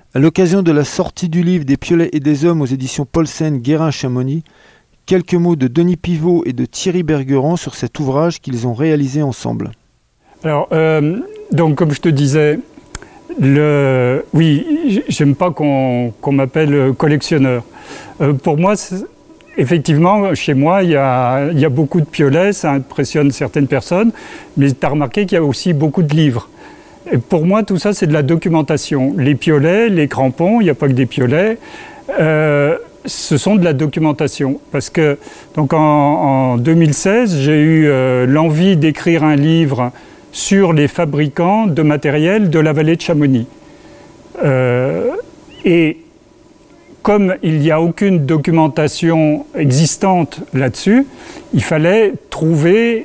À l'occasion de la sortie du livre Des piolets et des hommes aux éditions Paulsen Guérin-Chamonix, quelques mots de Denis Pivot et de Thierry Bergeron sur cet ouvrage qu'ils ont réalisé ensemble. Alors, donc comme je te disais, oui, j'aime pas qu'on m'appelle collectionneur. Pour moi, effectivement, chez moi, il y a beaucoup de piolets, ça impressionne certaines personnes, mais tu as remarqué qu'il y a aussi beaucoup de livres. Et pour moi, tout ça, c'est de la documentation. Les piolets, les crampons, il n'y a pas que des piolets, ce sont de la documentation. Parce que, donc en 2016, j'ai eu l'envie d'écrire un livre sur les fabricants de matériel de la vallée de Chamonix. Et comme il n'y a aucune documentation existante là-dessus, il fallait trouver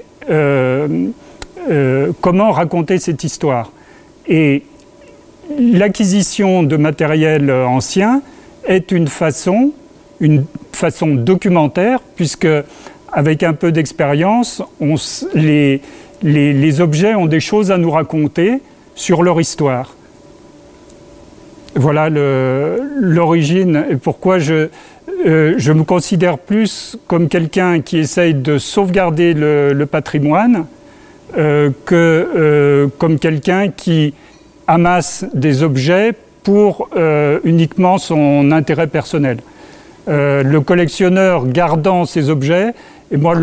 comment raconter cette histoire. Et l'acquisition de matériel ancien est une façon documentaire, puisque avec un peu d'expérience, les objets ont des choses à nous raconter sur leur histoire. Voilà l'origine et pourquoi je me considère plus comme quelqu'un qui essaye de sauvegarder le patrimoine que comme quelqu'un qui amasse des objets pour uniquement son intérêt personnel. Le collectionneur gardant ces objets, et moi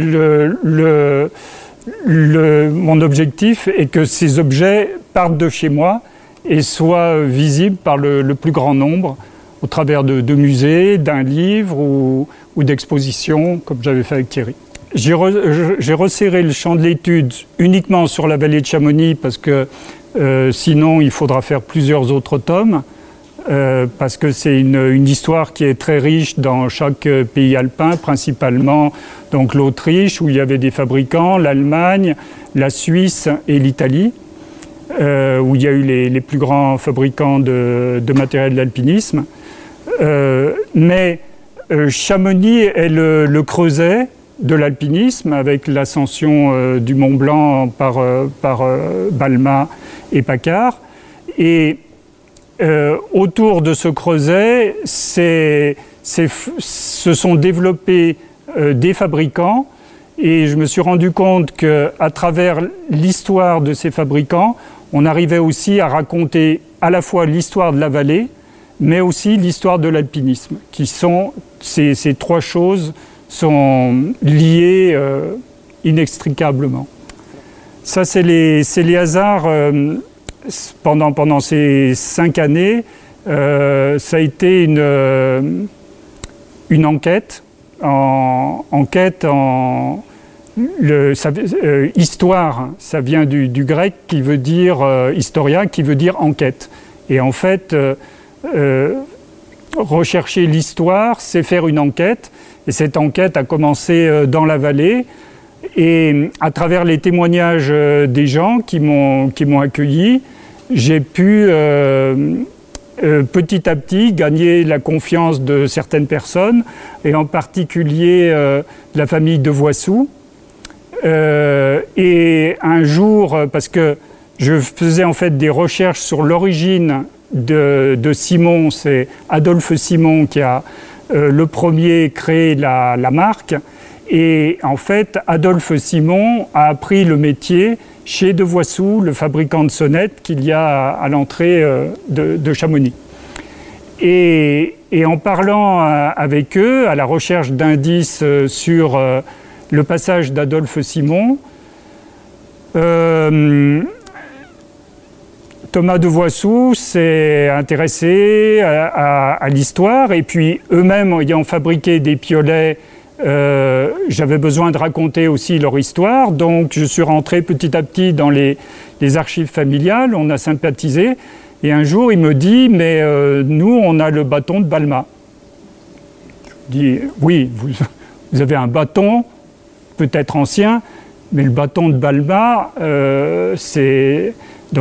mon objectif est que ces objets partent de chez moi et soient visibles par le plus grand nombre au travers de musées, d'un livre ou d'expositions, comme j'avais fait avec Thierry. J'ai resserré le champ de l'étude uniquement sur la vallée de Chamonix parce que sinon il faudra faire plusieurs autres tomes parce que c'est une histoire qui est très riche dans chaque pays alpin, principalement donc l'Autriche où il y avait des fabricants, l'Allemagne, la Suisse et l'Italie où il y a eu les plus grands fabricants de matériel d'alpinisme. Mais Chamonix est le creuset de l'alpinisme avec l'ascension du Mont Blanc par Balma et Paccard. Et autour de ce creuset, se sont développés des fabricants et je me suis rendu compte qu'à travers l'histoire de ces fabricants, on arrivait aussi à raconter à la fois l'histoire de la vallée, mais aussi l'histoire de l'alpinisme, qui sont ces trois choses sont liées inextricablement. Ça, c'est les hasards. Pendant ces 5 années, ça a été une enquête. Histoire, ça vient du grec qui veut dire historia, qui veut dire enquête. Et en fait, rechercher l'histoire, c'est faire une enquête. Et cette enquête a commencé dans la vallée. Et à travers les témoignages des gens qui m'ont accueilli, j'ai pu petit à petit gagner la confiance de certaines personnes, et en particulier la famille de Voissou. Et un jour, parce que je faisais en fait des recherches sur l'origine de Simon, c'est Adolphe Simon qui a le premier créé la marque. Et en fait, Adolphe Simon a appris le métier chez de Voissou, le fabricant de sonnettes qu'il y a à l'entrée de Chamonix. Et en parlant avec eux, à la recherche d'indices sur le passage d'Adolphe Simon, Thomas de Voissou s'est intéressé à l'histoire, et puis eux-mêmes ayant fabriqué des piolets, j'avais besoin de raconter aussi leur histoire, donc je suis rentré petit à petit dans les archives familiales, on a sympathisé, et un jour il me dit « mais nous on a le bâton de Balma ». Je dis « oui, vous avez un bâton, peut-être ancien, mais le bâton de Balma, c'est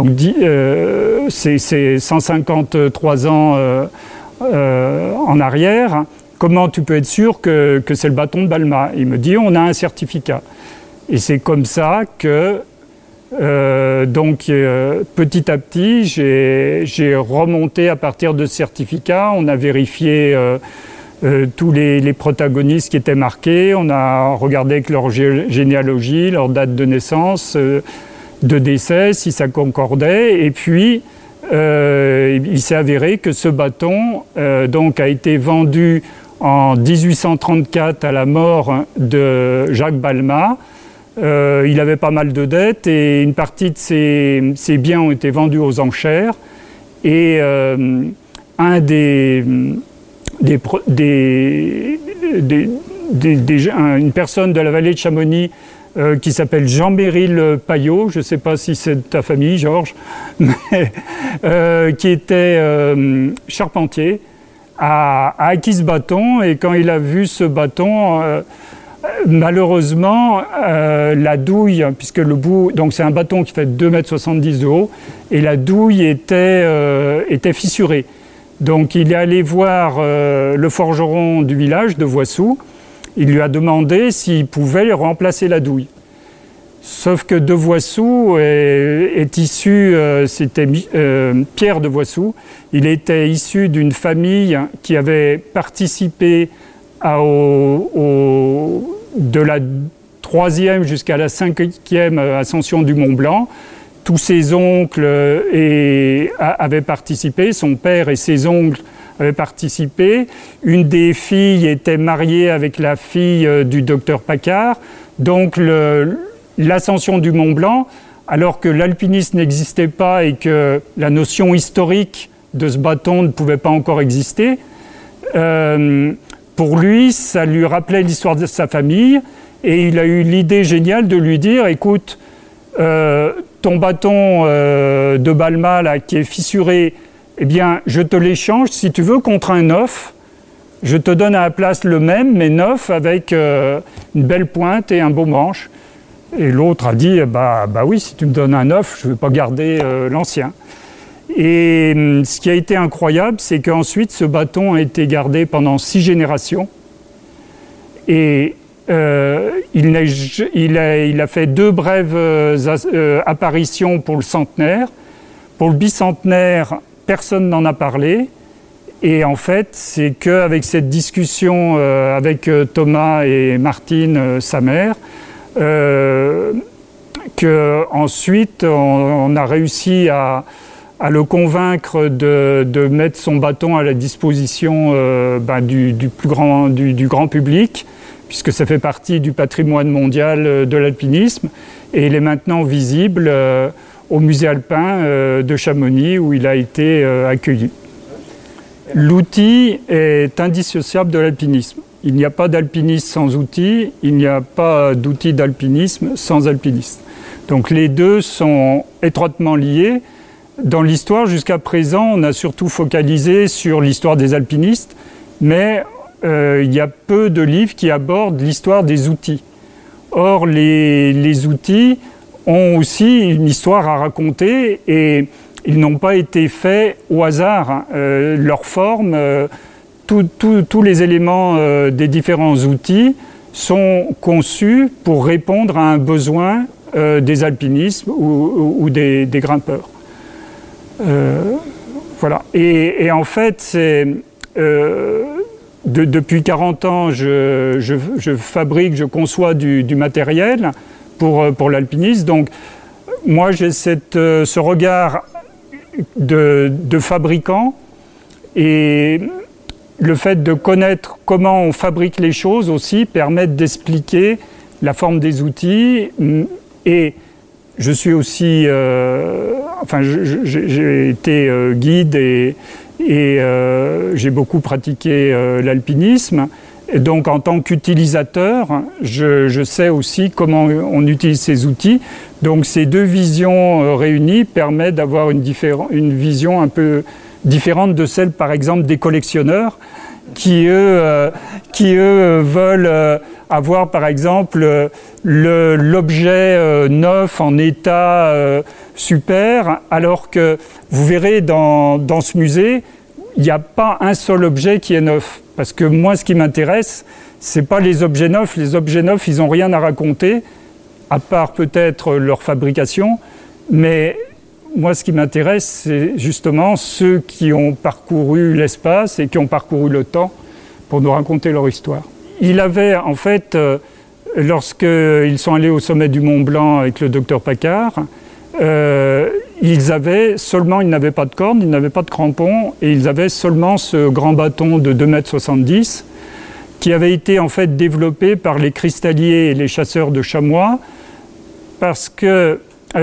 153 ans en arrière. Comment tu peux être sûr que c'est le bâton de Balma ?» Il me dit « on a un certificat ». Et c'est comme ça que Petit à petit, j'ai remonté à partir de certificats. On a vérifié tous les protagonistes qui étaient marqués. On a regardé avec leur généalogie, leur date de naissance, de décès, si ça concordait. Et puis, il s'est avéré que ce bâton a été vendu en 1834 à la mort de Jacques Balmat. Il avait pas mal de dettes et une partie de ses biens ont été vendus aux enchères. Et une personne de la vallée de Chamonix qui s'appelle Jean-Méril Payot, je ne sais pas si c'est de ta famille, Georges, mais qui était charpentier, a acquis ce bâton. Et quand il a vu ce bâton, malheureusement, la douille, puisque le bout, donc c'est un bâton qui fait 2,70 m de haut, et la douille était fissurée. Donc il est allé voir le forgeron du village de Voissou. Il lui a demandé s'il pouvait remplacer la douille. Sauf que de Voissou est issu, c'était Pierre de Voissou, il était issu d'une famille qui avait participé de la 3e jusqu'à la 5e ascension du Mont Blanc. Tous ses oncles avaient participé, son père et ses oncles avaient participé. Une des filles était mariée avec la fille du docteur Paccard. Donc l'ascension du Mont Blanc, alors que l'alpinisme n'existait pas et que la notion historique de ce bâton ne pouvait pas encore exister, pour lui, ça lui rappelait l'histoire de sa famille, et il a eu l'idée géniale de lui dire, écoute, ton bâton de Balmat là, qui est fissuré, eh bien, je te l'échange, si tu veux, contre un neuf. Je te donne à la place le même, mais neuf, avec une belle pointe et un beau manche. Et l'autre a dit, bah oui, si tu me donnes un neuf, je ne vais pas garder l'ancien. Et ce qui a été incroyable, c'est qu'ensuite, ce bâton a été gardé pendant 6 générations. Et il a fait 2 brèves apparitions pour le centenaire. Pour le bicentenaire, personne n'en a parlé. Et en fait, c'est qu'avec cette discussion avec Thomas et Martine, sa mère, qu'ensuite on a réussi à le convaincre de mettre son bâton à la disposition du grand public, puisque ça fait partie du patrimoine mondial de l'alpinisme, et il est maintenant visible au musée alpin de Chamonix, où il a été accueilli. L'outil est indissociable de l'alpinisme. Il n'y a pas d'alpinisme sans outil, il n'y a pas d'outil d'alpinisme sans alpiniste. Donc les deux sont étroitement liés. Dans l'histoire, jusqu'à présent, on a surtout focalisé sur l'histoire des alpinistes, mais il y a peu de livres qui abordent l'histoire des outils. Or, les outils ont aussi une histoire à raconter, et ils n'ont pas été faits au hasard. Leur forme, tous les éléments des différents outils sont conçus pour répondre à un besoin des alpinistes ou des grimpeurs. Voilà. Et en fait, depuis 40 ans, je fabrique, je conçois du matériel pour l'alpinisme. Donc, moi, j'ai ce regard de fabricant, et le fait de connaître comment on fabrique les choses aussi permet d'expliquer la forme des outils. Et je suis aussi, j'ai été guide et j'ai beaucoup pratiqué l'alpinisme. Et donc, en tant qu'utilisateur, je sais aussi comment on utilise ces outils. Donc, ces deux visions réunies permettent d'avoir une vision un peu différente de celle, par exemple, des collectionneurs qui eux veulent avoir, par exemple, l'objet neuf en état super, alors que vous verrez dans ce musée, il n'y a pas un seul objet qui est neuf. Parce que moi, ce qui m'intéresse, ce n'est pas les objets neufs. Les objets neufs, ils n'ont rien à raconter. à part peut-être leur fabrication, mais moi ce qui m'intéresse, c'est justement ceux qui ont parcouru l'espace et qui ont parcouru le temps pour nous raconter leur histoire. Il avait en fait, lorsqu'ils sont allés au sommet du Mont Blanc avec le docteur Paccard, ils n'avaient pas de cordes, ils n'avaient pas de crampons, et ils avaient seulement ce grand bâton de 2,70 m qui avait été en fait développé par les cristalliers et les chasseurs de chamois, parce que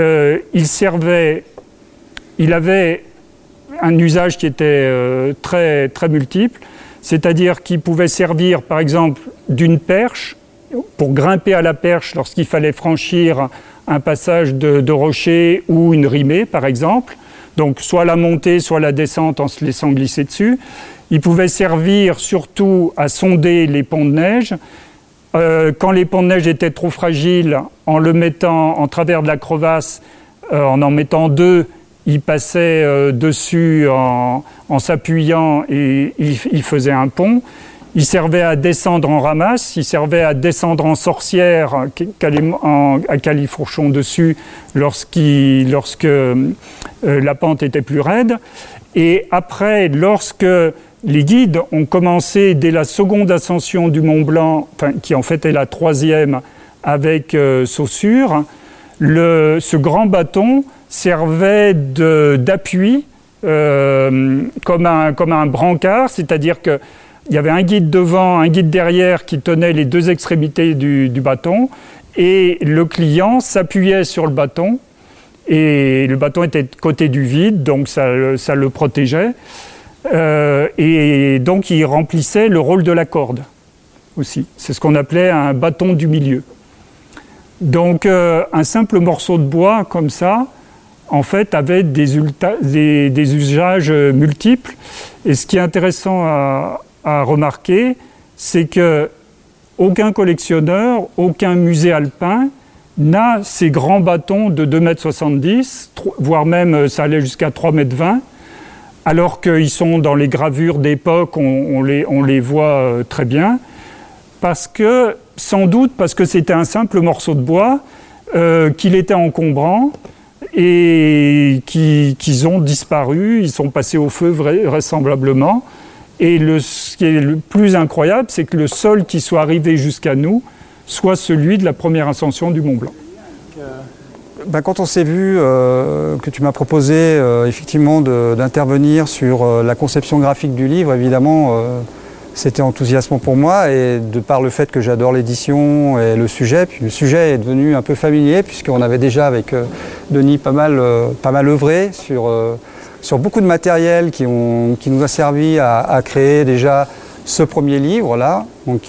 il avait un usage qui était très, très multiple, c'est-à-dire qu'il pouvait servir par exemple d'une perche, pour grimper à la perche lorsqu'il fallait franchir un passage de rocher ou une rimée par exemple, donc soit la montée, soit la descente en se laissant glisser dessus. Il pouvait servir surtout à sonder les ponts de neige. Quand les ponts de neige étaient trop fragiles, en le mettant en travers de la crevasse, en mettant deux, il passait dessus en s'appuyant et il faisait un pont. Il servait à descendre en ramasse, il servait à descendre en sorcière, à califourchon dessus lorsque la pente était plus raide. Et après, lorsque les guides ont commencé dès la seconde ascension du Mont Blanc, qui en fait est la troisième avec Saussure, ce grand bâton servait d'appui comme un brancard, c'est-à-dire qu'il y avait un guide devant, un guide derrière qui tenait les deux extrémités du bâton, et le client s'appuyait sur le bâton, et le bâton était côté du vide, donc ça le protégeait, et donc il remplissait le rôle de la corde aussi. C'est ce qu'on appelait un bâton du milieu. Donc un simple morceau de bois comme ça, en fait, avait des usages multiples. Et ce qui est intéressant à remarquer, c'est que aucun collectionneur, aucun musée alpin n'a ces grands bâtons de 2,70 m, voire même ça allait jusqu'à 3,20 m, alors qu'ils sont dans les gravures d'époque, on les voit très bien, sans doute parce que c'était un simple morceau de bois, qu'il était encombrant, et qu'ils ont disparu, ils sont passés au feu vraisemblablement. Et ce qui est le plus incroyable, c'est que le seul qui soit arrivé jusqu'à nous soit celui de la première ascension du Mont Blanc. Quand on s'est vu, que tu m'as proposé effectivement d'intervenir sur la conception graphique du livre, évidemment, c'était enthousiasmant pour moi, et de par le fait que j'adore l'édition et le sujet, puis le sujet est devenu un peu familier, puisqu'on avait déjà avec Denis pas mal œuvré sur beaucoup de matériel qui nous a servi à créer déjà ce premier livre-là,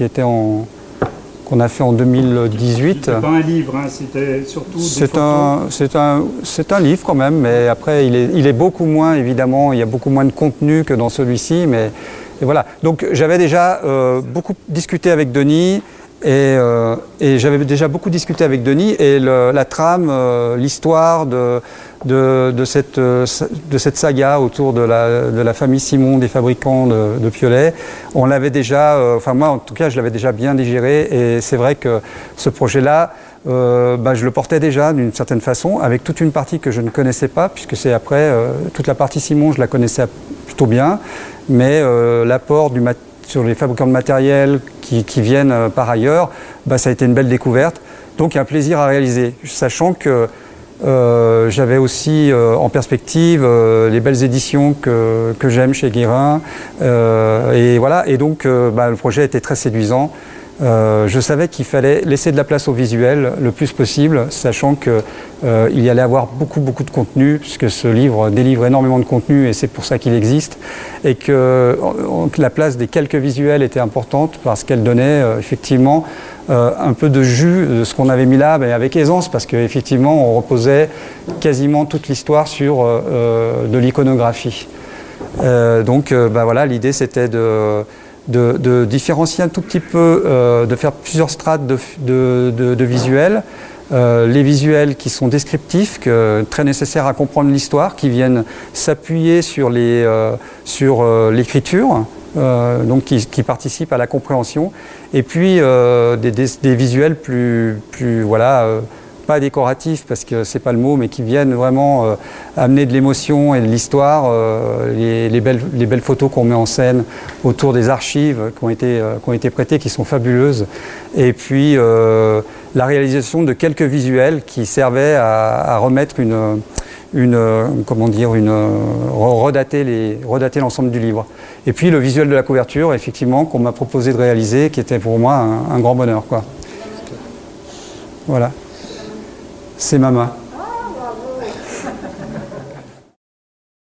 qu'on a fait en 2018. C'était pas un livre, hein, c'était surtout des photos. C'est un livre quand même, mais après il est beaucoup moins, évidemment, il y a beaucoup moins de contenu que dans celui-ci, mais et voilà. Donc j'avais déjà beaucoup discuté avec Denis, et j'avais déjà beaucoup discuté avec Denis, et la trame, l'histoire de cette saga autour de la famille Simon, des fabricants de piolets, on l'avait déjà, moi en tout cas je l'avais déjà bien digéré, et c'est vrai que ce projet-là, je le portais déjà d'une certaine façon, avec toute une partie que je ne connaissais pas, puisque c'est après, toute la partie Simon je la connaissais plutôt bien, mais l'apport sur les fabricants de matériel qui viennent par ailleurs, ça a été une belle découverte. Donc il y a un plaisir à réaliser, sachant que j'avais aussi en perspective les belles éditions que j'aime chez Guérin, et voilà, et donc le projet était très séduisant. Je savais qu'il fallait laisser de la place au visuel le plus possible, sachant qu'il y allait avoir beaucoup de contenu, puisque ce livre délivre énormément de contenu, et c'est pour ça qu'il existe, et que la place des quelques visuels était importante, parce qu'elle donnait effectivement un peu de jus de ce qu'on avait mis là, mais avec aisance, parce qu'effectivement on reposait quasiment toute l'histoire sur de l'iconographie. Donc voilà, l'idée c'était de différencier un tout petit peu, de faire plusieurs strates de visuels. Les visuels qui sont descriptifs, très nécessaires à comprendre l'histoire, qui viennent s'appuyer sur l'écriture, donc qui participent à la compréhension. Et puis des visuels plus pas décoratifs parce que c'est pas le mot, mais qui viennent vraiment amener de l'émotion et de l'histoire, les belles photos qu'on met en scène autour des archives qui ont été prêtées, qui sont fabuleuses, et puis la réalisation de quelques visuels qui servaient à remettre redater l'ensemble du livre. Et puis le visuel de la couverture, effectivement, qu'on m'a proposé de réaliser, qui était pour moi un grand bonheur, quoi. Voilà. C'est ma main.